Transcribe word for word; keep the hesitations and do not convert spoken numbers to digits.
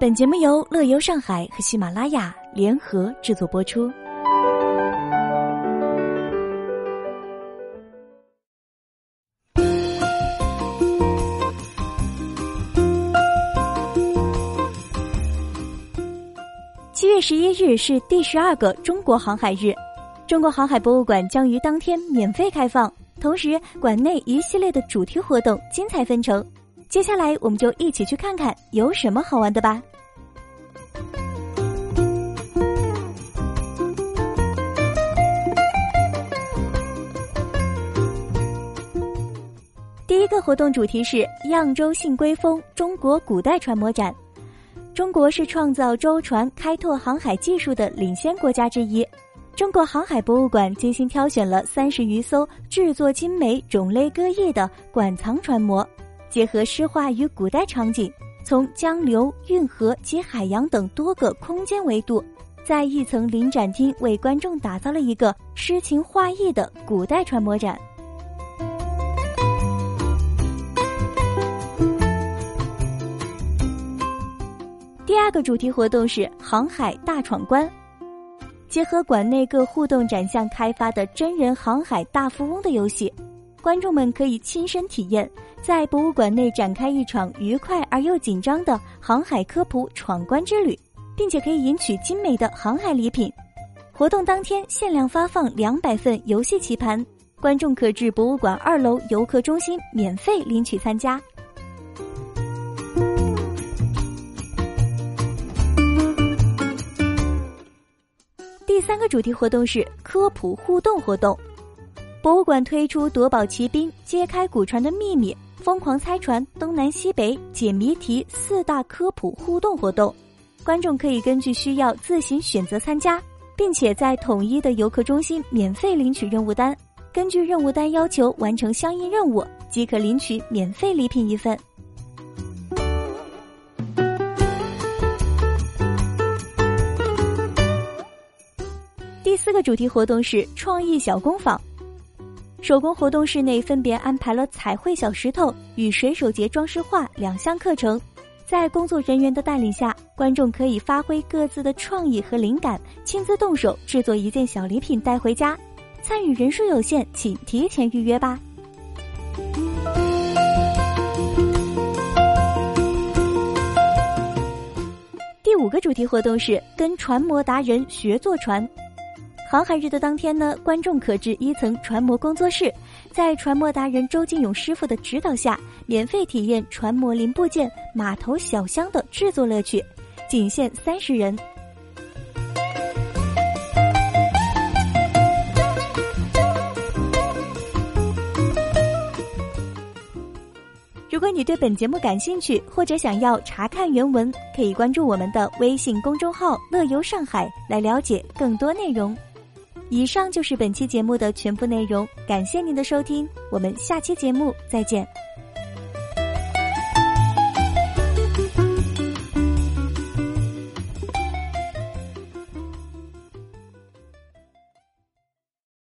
本节目由乐游上海和喜马拉雅联合制作播出。七月十一日是第十二个中国航海日，中国航海博物馆将于当天免费开放，同时馆内一系列的主题活动精彩纷呈。接下来我们就一起去看看有什么好玩的吧。第一个活动主题是扬州信归峰中国古代船舶展。中国是创造舟船、开拓航海技术的领先国家之一。中国航海博物馆精心挑选了三十余艘制作精美、种类各异的馆藏船舶，结合诗画与古代场景，从江流、运河及海洋等多个空间维度，在一层临展厅为观众打造了一个诗情画意的古代船舶展。第二个主题活动是航海大闯关，结合馆内各互动展项开发的真人航海大富翁的游戏，观众们可以亲身体验，在博物馆内展开一场愉快而又紧张的航海科普闯关之旅，并且可以赢取精美的航海礼品。活动当天限量发放两百份游戏棋盘，观众可至博物馆二楼游客中心免费领取参加。第三个主题活动是科普互动活动。博物馆推出夺宝奇兵、揭开古船的秘密、疯狂猜船、东南西北、解谜题四大科普互动活动，观众可以根据需要自行选择参加，并且在统一的游客中心免费领取任务单，根据任务单要求完成相应任务，即可领取免费礼品一份。第四个主题活动是创意小工坊。手工活动室内分别安排了彩绘小石头与水手节装饰画两项课程，在工作人员的带领下，观众可以发挥各自的创意和灵感，亲自动手制作一件小礼品带回家。参与人数有限，请提前预约吧。第五个主题活动是跟船舶达人学坐船。航海日的当天呢，观众可至一层船舶工作室，在船舶达人周金勇师傅的指导下，免费体验船舶零部件、码头小箱的制作乐趣，仅限三十人。如果你对本节目感兴趣，或者想要查看原文，可以关注我们的微信公众号乐游上海来了解更多内容。以上就是本期节目的全部内容，感谢您的收听，我们下期节目再见。